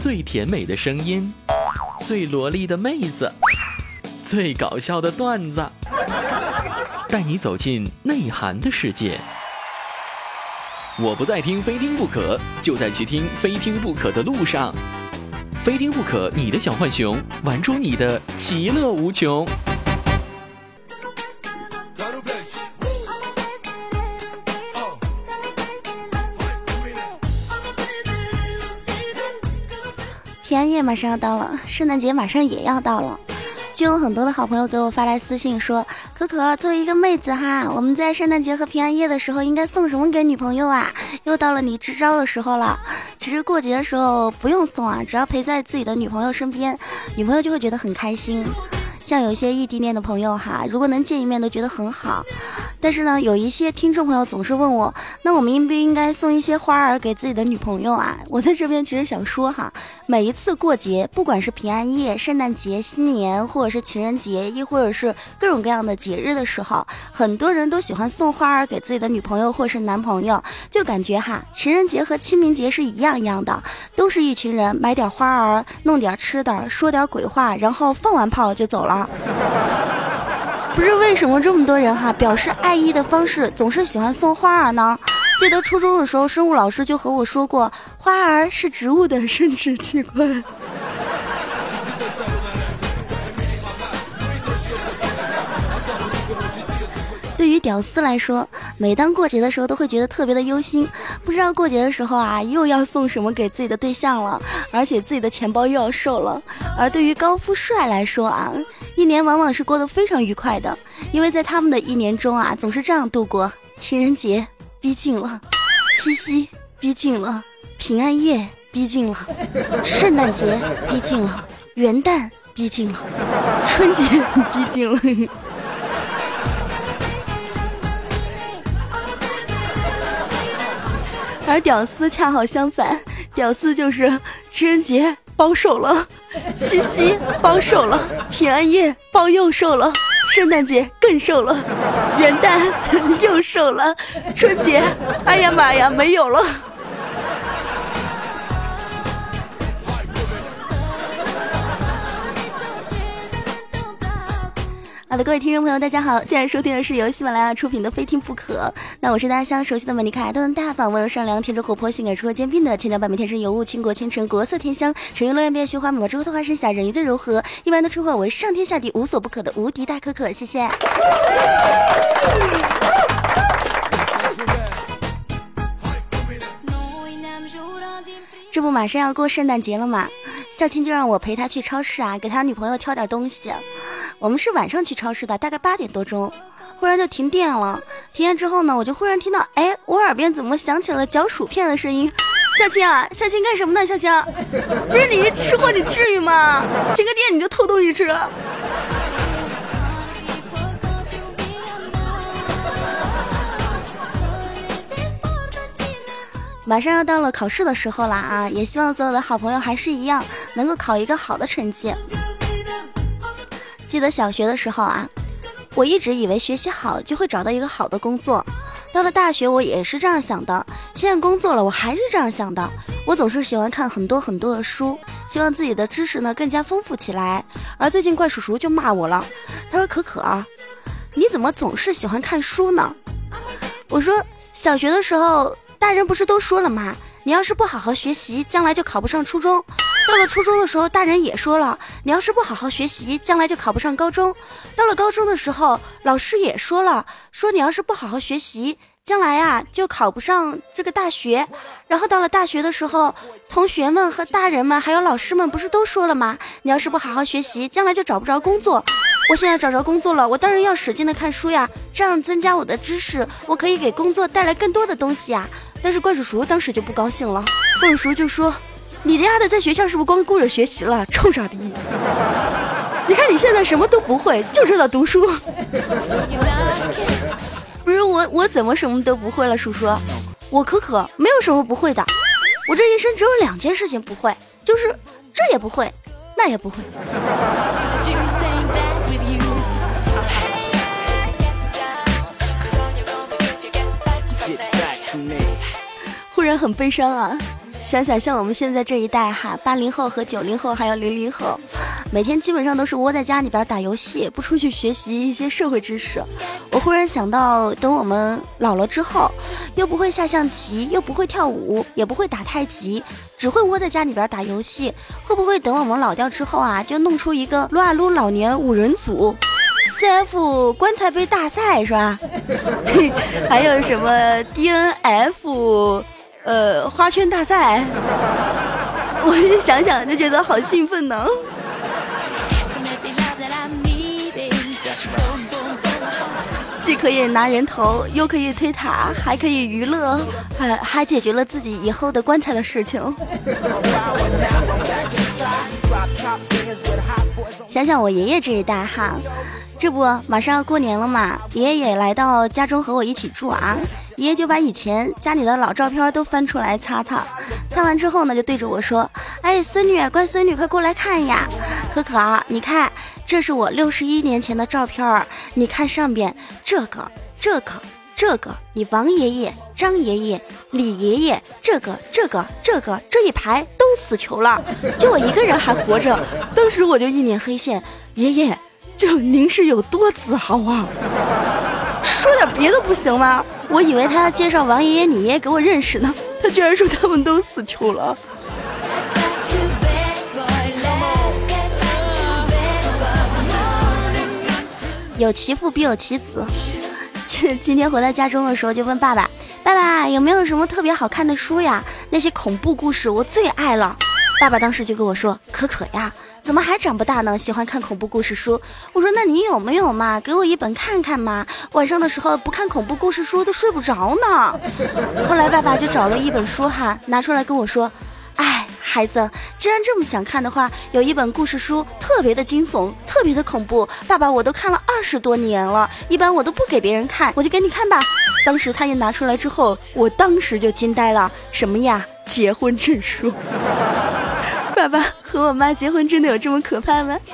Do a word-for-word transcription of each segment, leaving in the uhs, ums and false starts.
最甜美的声音，最萝莉的妹子，最搞笑的段子，带你走进内涵的世界。我不再听非听不可，就在去听非听不可的路上。非听不可，你的小浣熊玩出你的其乐无穷。 平安夜马上要到了，圣诞节马上也要到了，就有很多的好朋友给我发来私信说，可可作为一个妹子哈，我们在圣诞节和平安夜的时候应该送什么给女朋友啊？又到了你支招的时候了。其实过节的时候不用送啊，只要陪在自己的女朋友身边，女朋友就会觉得很开心。像有一些异地恋的朋友哈，如果能见一面都觉得很好。但是呢，有一些听众朋友总是问我，那我们应不应该送一些花儿给自己的女朋友啊？我在这边其实想说哈，每一次过节，不管是平安夜、圣诞节、新年，或者是情人节，亦或者是各种各样的节日的时候，很多人都喜欢送花儿给自己的女朋友或是男朋友，就感觉哈，情人节和清明节是一样一样的，都是一群人买点花儿，弄点吃的，说点鬼话，然后放完炮就走了。不是为什么这么多人哈表示爱意的方式总是喜欢送花儿呢？记得初中的时候，生物老师就和我说过，花儿是植物的生殖器官。对于屌丝来说，每当过节的时候都会觉得特别的忧心，不知道过节的时候啊又要送什么给自己的对象了，而且自己的钱包又要瘦了。而对于高富帅来说啊，一年往往是过得非常愉快的，因为在他们的一年中啊总是这样度过：情人节逼近了，七夕逼近了，平安夜逼近了，圣诞节逼近了，元旦逼近了，春节逼近了。而屌丝恰好相反，屌丝就是情人节包瘦了，七夕包瘦了，平安夜包又瘦了，圣诞节更瘦了，元旦又瘦了，春节哎呀妈呀没有了。好的，各位听众朋友大家好，现在收听的是由喜马拉雅出品的非听不可。那我是大家相熟悉的美丽可爱、都能大方、温柔善良、天真活泼、性感出和兼并的千娇百媚、天生尤物、倾国倾城、国色天香、沉鱼落雁、变虚华、美貌之后的花生侠、人鱼的柔和，一般都称呼我为上天下地无所不可的无敌大可可。谢谢。这不马上要过圣诞节了嘛，孝亲就让我陪他去超市啊，给他女朋友挑点东西。我们是晚上去超市的，大概八点多钟，忽然就停电了。停电之后呢，我就忽然听到，哎，我耳边怎么响起了嚼薯片的声音？孝亲啊，孝亲干什么呢？孝亲，不是你吃货，你至于吗？停个电你就偷东西吃。马上要到了考试的时候了啊，也希望所有的好朋友还是一样，能够考一个好的成绩。记得小学的时候啊，我一直以为学习好就会找到一个好的工作，到了大学我也是这样想的，现在工作了我还是这样想的。我总是喜欢看很多很多的书，希望自己的知识呢更加丰富起来。而最近怪叔叔就骂我了，他说可可啊，你怎么总是喜欢看书呢？我说小学的时候大人不是都说了吗，你要是不好好学习将来就考不上初中。到了初中的时候大人也说了，你要是不好好学习将来就考不上高中。到了高中的时候老师也说了，说你要是不好好学习将来啊就考不上这个大学。然后到了大学的时候，同学们和大人们还有老师们不是都说了吗，你要是不好好学习将来就找不着工作。我现在找着工作了，我当然要使劲的看书呀，这样增加我的知识，我可以给工作带来更多的东西呀。但是怪叔叔当时就不高兴了，怪叔叔就说，你家的在学校是不是光顾着学习了，臭傻逼，你看你现在什么都不会，就知道读书。不是我我怎么什么都不会了？叔叔，我可可没有什么不会的，我这一生只有两件事情不会，就是这也不会那也不会。忽然很悲伤啊， 想想像我们现在这一代哈，八零后和九零后还有零零后，每天基本上都是窝在家里边打游戏，不出去学习一些社会知识。我忽然想到，等我们老了之后，又不会下象棋，又不会跳舞，也不会打太极，只会窝在家里边打游戏，会不会等我们老掉之后啊，就弄出一个撸啊撸老年五人组，C F 棺材杯大赛是吧？还有什么 D N F 呃花圈大赛？我一想想就觉得好兴奋呢。既可以拿人头，又可以推塔，还可以娱乐，还还解决了自己以后的棺材的事情。想想我爷爷这一代哈，这不马上要过年了嘛，爷爷也来到家中和我一起住啊。爷爷就把以前家里的老照片都翻出来擦擦，擦完之后呢，就对着我说：“哎，孙女，乖孙女，快过来看呀！可可啊，你看，这是我六十一年前的照片，你看上边这个、这个、这个，你王爷爷、张爷爷、李爷爷，这个、这个、这个这一排都死囚了，就我一个人还活着。当时我就一脸黑线，爷爷，这您是有多自豪啊？说点别的不行吗？我以为他要介绍王爷爷、你爷爷给我认识呢，他居然说他们都死囚了。”有其父必有其子。今天回到家中的时候，就问爸爸：“爸爸，有没有什么特别好看的书呀？那些恐怖故事我最爱了。”爸爸当时就跟我说：“可可呀，怎么还长不大呢？喜欢看恐怖故事书。”我说：“那你有没有嘛？给我一本看看嘛。晚上的时候不看恐怖故事书都睡不着呢。”后来爸爸就找了一本书哈，拿出来跟我说：“哎，孩子，既然这么想看的话，有一本故事书特别的惊悚，特别的恐怖。爸爸，我都看了二十多年了，一般我都不给别人看，我就给你看吧。”当时他一拿出来之后，我当时就惊呆了。什么呀？结婚证书。爸爸和我妈结婚真的有这么可怕吗？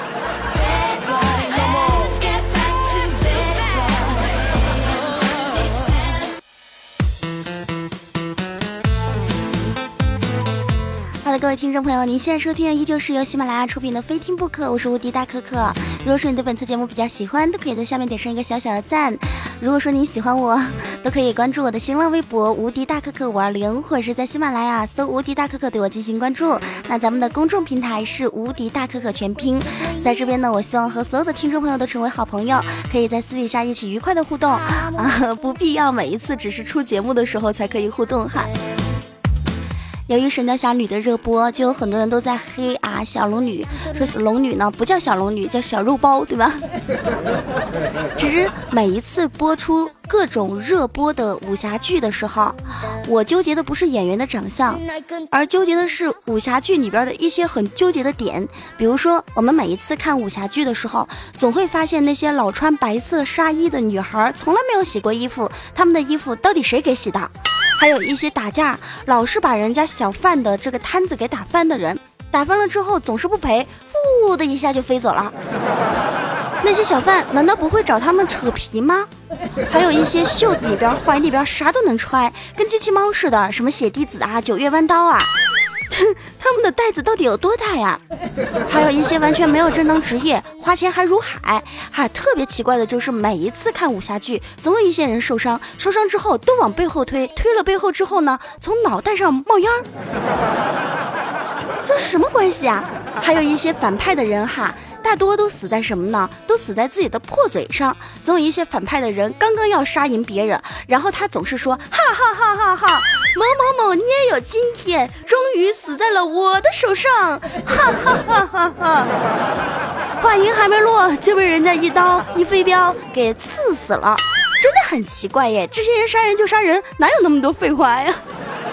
好的，各位听众朋友，您现在收听的依旧是由喜马拉雅出品的非听不可，我是无敌大可可。如果说你对本次节目比较喜欢，都可以在下面点上一个小小的赞。如果说你喜欢我，都可以关注我的新浪微博无敌大可可五二零，或者是在喜马拉雅搜无敌大可可对我进行关注。那咱们的公众平台是无敌大可可全拼。在这边呢，我希望和所有的听众朋友都成为好朋友，可以在私底下一起愉快的互动啊，不必要每一次只是出节目的时候才可以互动哈。由于《神雕侠侣》的热播，就有很多人都在黑啊小龙女，说龙女呢不叫小龙女，叫小肉包，对吧？只是每一次播出各种热播的武侠剧的时候，我纠结的不是演员的长相，而纠结的是武侠剧里边的一些很纠结的点。比如说，我们每一次看武侠剧的时候，总会发现那些老穿白色纱衣的女孩从来没有洗过衣服，她们的衣服到底谁给洗的？还有一些打架老是把人家小贩的这个摊子给打翻的人，打翻了之后总是不赔，呼的一下就飞走了。那些小贩难道不会找他们扯皮吗？还有一些袖子里边怀里边啥都能揣，跟机器猫似的，什么血滴子啊九月弯刀啊，他们的袋子到底有多大呀？还有一些完全没有正当职业，花钱还如海。还特别奇怪的就是每一次看武侠剧，总有一些人受伤，受伤之后都往背后推，推了背后之后呢，从脑袋上冒烟儿，这是什么关系啊？还有一些反派的人哈，大多都死在什么呢？都死在自己的破嘴上。总有一些反派的人刚刚要杀赢别人，然后他总是说哈哈哈哈哈，某某某你也有今天，终于死在了我的手上，哈哈哈哈哈。话音还没落就被人家一刀一飞镖给刺死了，真的很奇怪耶！这些人杀人就杀人，哪有那么多废话呀？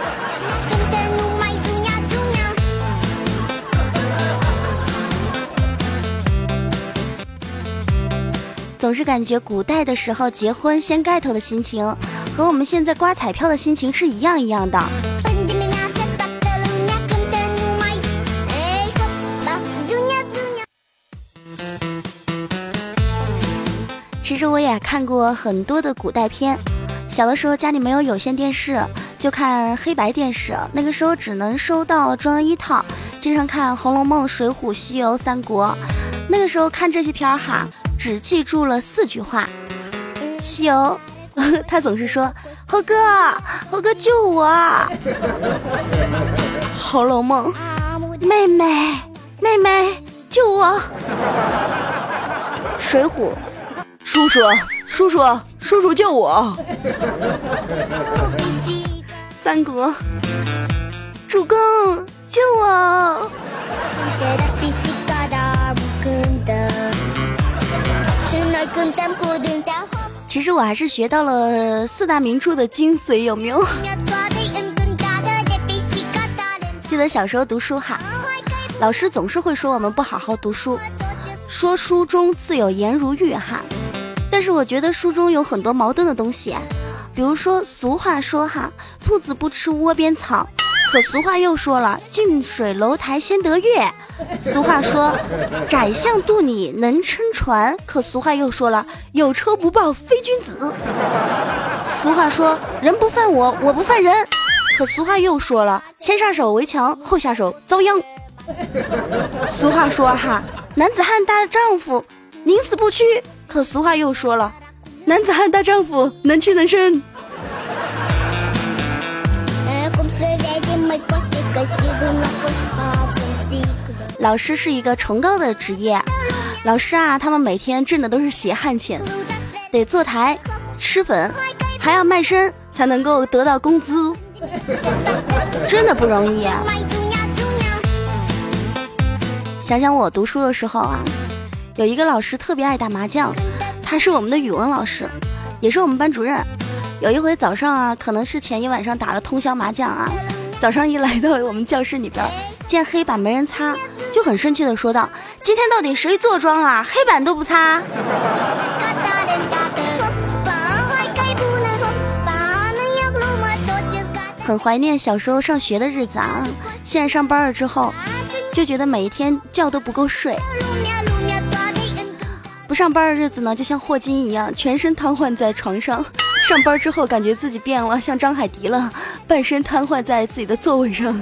总是感觉古代的时候结婚掀盖头的心情，和我们现在刮彩票的心情是一样一样的。其实我也看过很多的古代片，小的时候家里没有有线电视， 就看黑白电视，那个时候只能收到中央一套，经常看《红楼梦》《水浒》《西游》《三国》。那个时候看这些片儿哈，只记住了四句话。西游，他总是说猴哥，猴哥救我。红楼梦，妹妹，妹妹救我。水浒，叔叔，叔叔，叔叔救我。三国，主公救我。其实我还是学到了四大名著的精髓，有没有？记得小时候读书哈，老师总是会说我们不好好读书，说书中自有颜如玉哈。但是我觉得书中有很多矛盾的东西，比如说俗话说哈，兔子不吃窝边草，可俗话又说了，近水楼台先得月。俗话说宰相肚里能撑船，可俗话又说了，有仇不报非君子。俗话说人不犯我，我不犯人，可俗话又说了，先下手为强，后下手遭殃。俗话说哈，男子汉大丈夫宁死不屈，可俗话又说了，男子汉大丈夫能屈能伸。老师是一个崇高的职业，老师啊，他们每天挣的都是血汗钱，得坐台吃粉，还要卖身才能够得到工资，真的不容易啊。想想我读书的时候啊，有一个老师特别爱打麻将，他是我们的语文老师，也是我们班主任。有一回早上啊，可能是前一晚上打了通宵麻将啊，早上一来到我们教室里边，见黑板没人擦，就很生气的说道，今天到底谁坐庄啊，黑板都不擦。很怀念小时候上学的日子啊，现在上班了之后就觉得每一天觉都不够睡。不上班的日子呢，就像霍金一样，全身瘫痪在床上。上班之后感觉自己变了，像张海迪了，半身瘫痪在自己的座位上。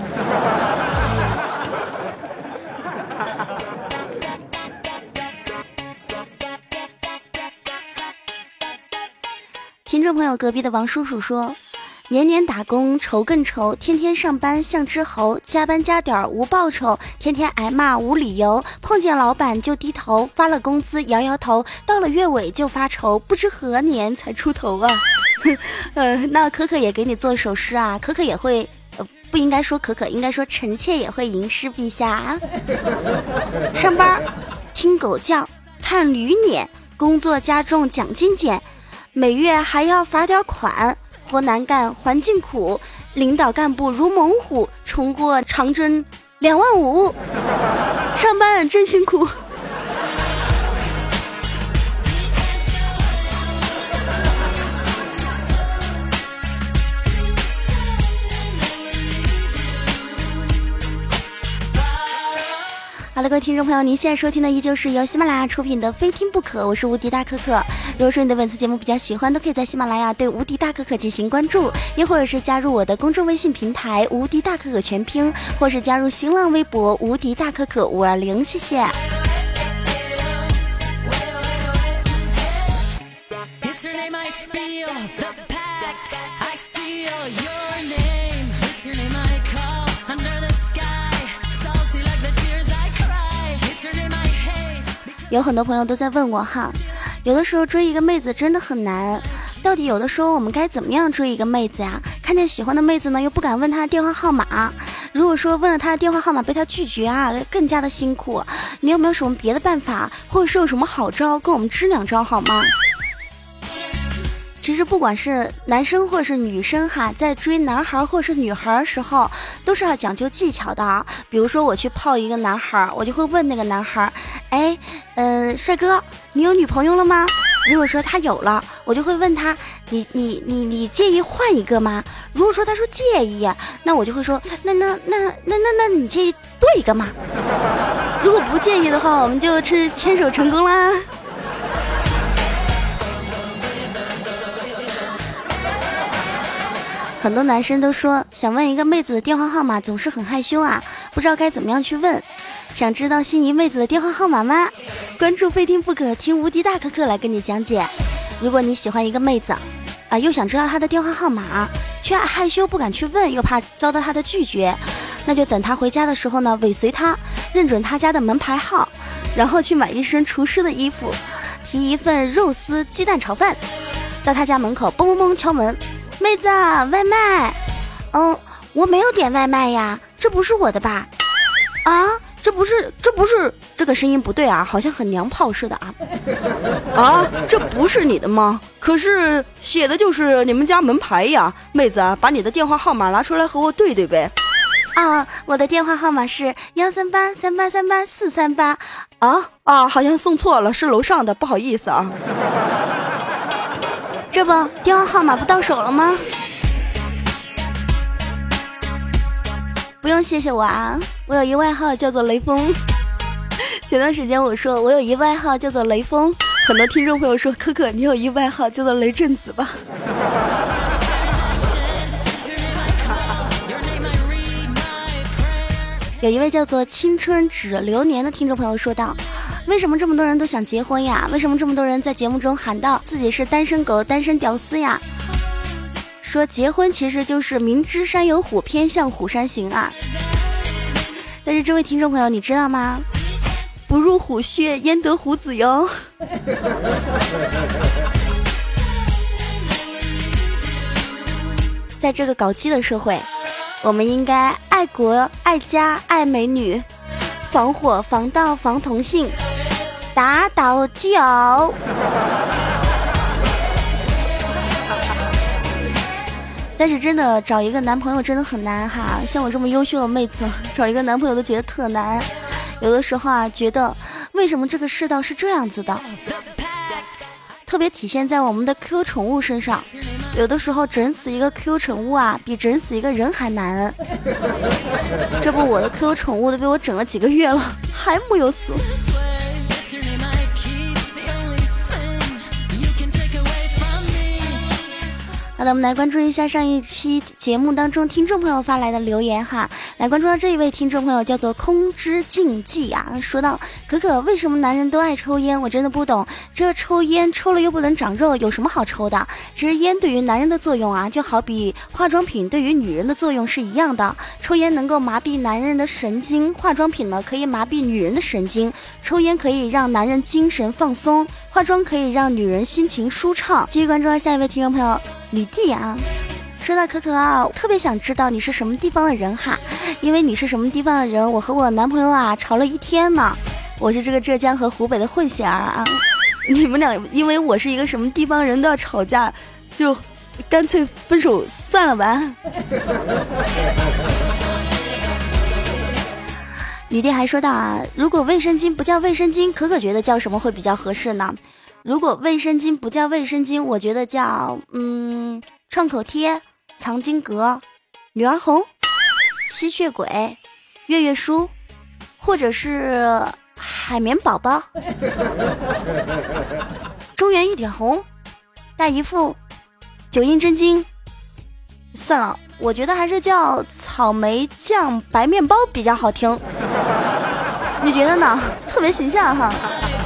听众朋友，隔壁的王叔叔说，年年打工愁更愁，天天上班像只猴，加班加点无报酬，天天挨骂无理由，碰见老板就低头，发了工资摇摇头，到了月尾就发愁，不知何年才出头啊。呃，那可可也给你做首诗啊，可可也会，呃，不应该说可可，应该说臣妾也会吟诗陛下啊。上班听狗叫，看驴撵，工作加重奖金减，每月还要罚点款，活难干环境苦，领导干部如猛虎，冲过长征两万五，上班真辛苦。好了，各位听众朋友，您现在收听的依旧是由喜马拉雅出品的非听不可，我是无敌大可可。如果说你对本次节目比较喜欢，都可以在喜马拉雅对无敌大可可进行关注，又或者是加入我的公众微信平台无敌大可可全拼，或是加入新浪微博无敌大可可五二零，谢谢。有很多朋友都在问我哈，有的时候追一个妹子真的很难，到底有的时候我们该怎么样追一个妹子呀？看见喜欢的妹子呢，又不敢问她的电话号码，如果说问了她的电话号码被她拒绝啊，更加的辛苦。你有没有什么别的办法，或者是有什么好招跟我们支两招好吗？其实不管是男生或者是女生哈，在追男孩或者是女孩的时候，都是要讲究技巧的啊。比如说我去泡一个男孩，我就会问那个男孩，哎，嗯、呃，帅哥，你有女朋友了吗？如果说他有了，我就会问他，你你你你介意换一个吗？如果说他说介意，那我就会说，那那那那那那你介意多一个吗？如果不介意的话，我们就吃牵手成功啦。很很多男生都说想问一个妹子的电话号码总是很害羞啊，不知道该怎么样去问。想知道心仪妹子的电话号码吗？关注非听不可，听无敌大可可来跟你讲解。如果你喜欢一个妹子啊，又想知道她的电话号码，却害羞不敢去问，又怕遭到她的拒绝，那就等她回家的时候呢，尾随她，认准她家的门牌号，然后去买一身厨师的衣服，提一份肉丝鸡蛋炒饭，到她家门口嘣嘣嘣敲门，妹子外卖。嗯，我没有点外卖呀，这不是我的吧？啊，这不是这不是这个声音不对啊，好像很娘炮似的啊。 啊，这不是你的吗？可是写的就是你们家门牌呀，妹子啊，把你的电话号码拿出来和我对对呗。 啊，我的电话号码是幺三八三八三八四三八。 啊啊，好像送错了，是楼上的，不好意思啊。 这不，电话号码不到手了吗？不用谢谢我啊，我有一外号叫做雷锋。前段时间我说我有一外号叫做雷锋，很多听众朋友说可可你有一外号叫做雷震子吧。有一位叫做青春只流年的听众朋友说道，为什么这么多人都想结婚呀？为什么这么多人在节目中喊到自己是单身狗单身屌丝呀？说结婚其实就是明知山有虎偏向虎山行啊。但是这位听众朋友你知道吗？不入虎穴焉得虎子哟。在这个搞基的社会，我们应该爱国爱家爱美女，防火防盗防同性，打倒基友。但是真的找一个男朋友真的很难哈，像我这么优秀的妹子找一个男朋友都觉得特难。有的时候啊，觉得为什么这个世道是这样子的，特别体现在我们的 Q Q 宠物身上。有的时候整死一个 Q Q 宠物啊，比整死一个人还难。这不，我的 Q Q 宠物都被我整了几个月了，还没有死。好的，我们来关注一下上一期节目当中听众朋友发来的留言哈。来关注到这一位听众朋友叫做空之竞技啊，说到可可为什么男人都爱抽烟，我真的不懂，这抽烟抽了又不能长肉，有什么好抽的？其实烟对于男人的作用啊，就好比化妆品对于女人的作用是一样的。抽烟能够麻痹男人的神经，化妆品呢可以麻痹女人的神经。抽烟可以让男人精神放松，化妆可以让女人心情舒畅。继续关注到下一位听众朋友吕弟啊，说到可可啊，我特别想知道你是什么地方的人哈，因为你是什么地方的人，我和我男朋友啊吵了一天呢。我是这个浙江和湖北的混血儿啊，你们俩因为我是一个什么地方人都要吵架，就干脆分手算了吧。女帝还说到啊，如果卫生巾不叫卫生巾，可可觉得叫什么会比较合适呢？如果卫生巾不叫卫生巾，我觉得叫嗯创口贴、藏经阁、女儿红、吸血鬼、月月书，或者是海绵宝宝、中原一点红、大姨父、九阴真经。算了，我觉得还是叫草莓酱白面包比较好听。你觉得呢？特别形象哈。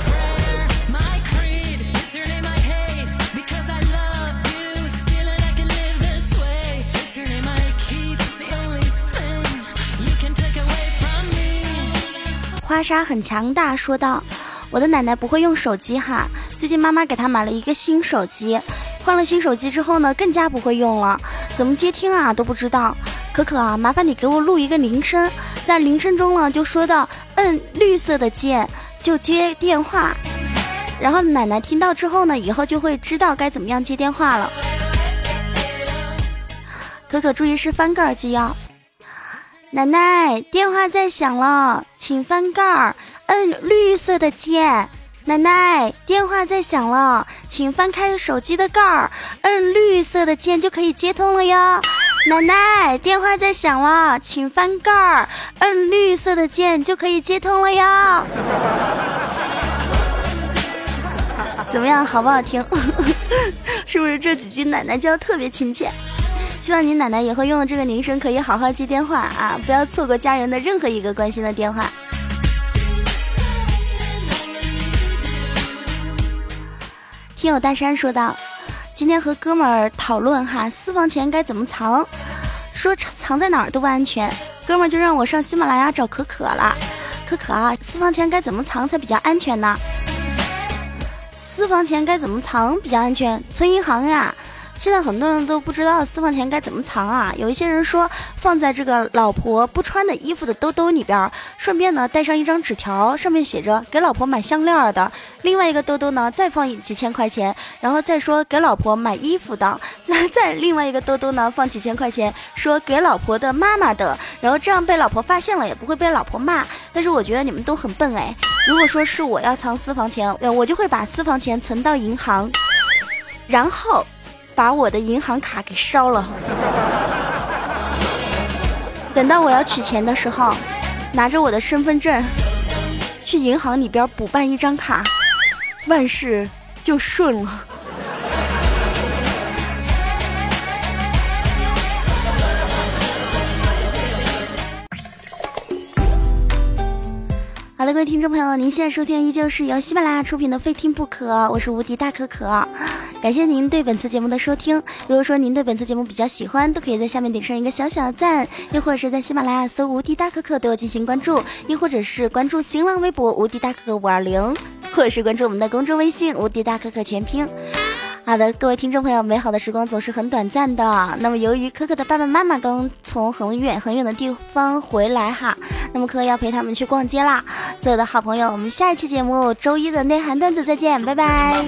花莎很强大说道，我的奶奶不会用手机哈，最近妈妈给她买了一个新手机，换了新手机之后呢，更加不会用了，怎么接听啊都不知道。可可啊，麻烦你给我录一个铃声，在铃声中呢就说到摁绿色的键就接电话，然后奶奶听到之后呢，以后就会知道该怎么样接电话了。可可注意是翻盖机哦。奶奶，电话在响了，请翻盖儿，摁绿色的键。奶奶，电话在响了，请翻开手机的盖儿，摁绿色的键就可以接通了哟。奶奶，电话在响了，请翻盖儿，摁绿色的键就可以接通了哟。怎么样，好不好听？是不是这几句奶奶教特别亲切？ 希望您奶奶以后用了这个铃声可以好好接电话啊，不要错过家人的任何一个关心的电话。听友大山说道，今天和哥们儿讨论哈私房钱该怎么藏，说藏在哪儿都不安全，哥们儿就让我上喜马拉雅找可可了。可可啊，私房钱该怎么藏才比较安全呢？私房钱该怎么藏比较安全？存银行呀。现在很多人都不知道私房钱该怎么藏啊，有一些人说放在这个老婆不穿的衣服的兜兜里边，顺便呢带上一张纸条，上面写着给老婆买项链的，另外一个兜兜呢再放几千块钱，然后再说给老婆买衣服的，再另外一个兜兜呢放几千块钱，说给老婆的妈妈的，然后这样被老婆发现了也不会被老婆骂。但是我觉得你们都很笨哎，如果说是我要藏私房钱，我就会把私房钱存到银行，然后把我的银行卡给烧了，等到我要取钱的时候，拿着我的身份证去银行里边补办一张卡，万事就顺了。好了，各位听众朋友，您现在收听的依旧是由喜马拉雅出品的非听不可，我是无敌大可可。感谢您对本次节目的收听，如果说您对本次节目比较喜欢，都可以在下面点上一个小小的赞，又或者是在喜马拉雅搜无敌大可可对我进行关注，又或者是关注新浪微博无敌大可可五二零，或者是关注我们的公众微信无敌大可可全拼。好的，各位听众朋友，美好的时光总是很短暂的。那么由于可可的爸爸妈妈刚从很远很远的地方回来哈，那么可可要陪他们去逛街啦。所有的好朋友，我们下一期节目周一的内涵段子再见，拜拜。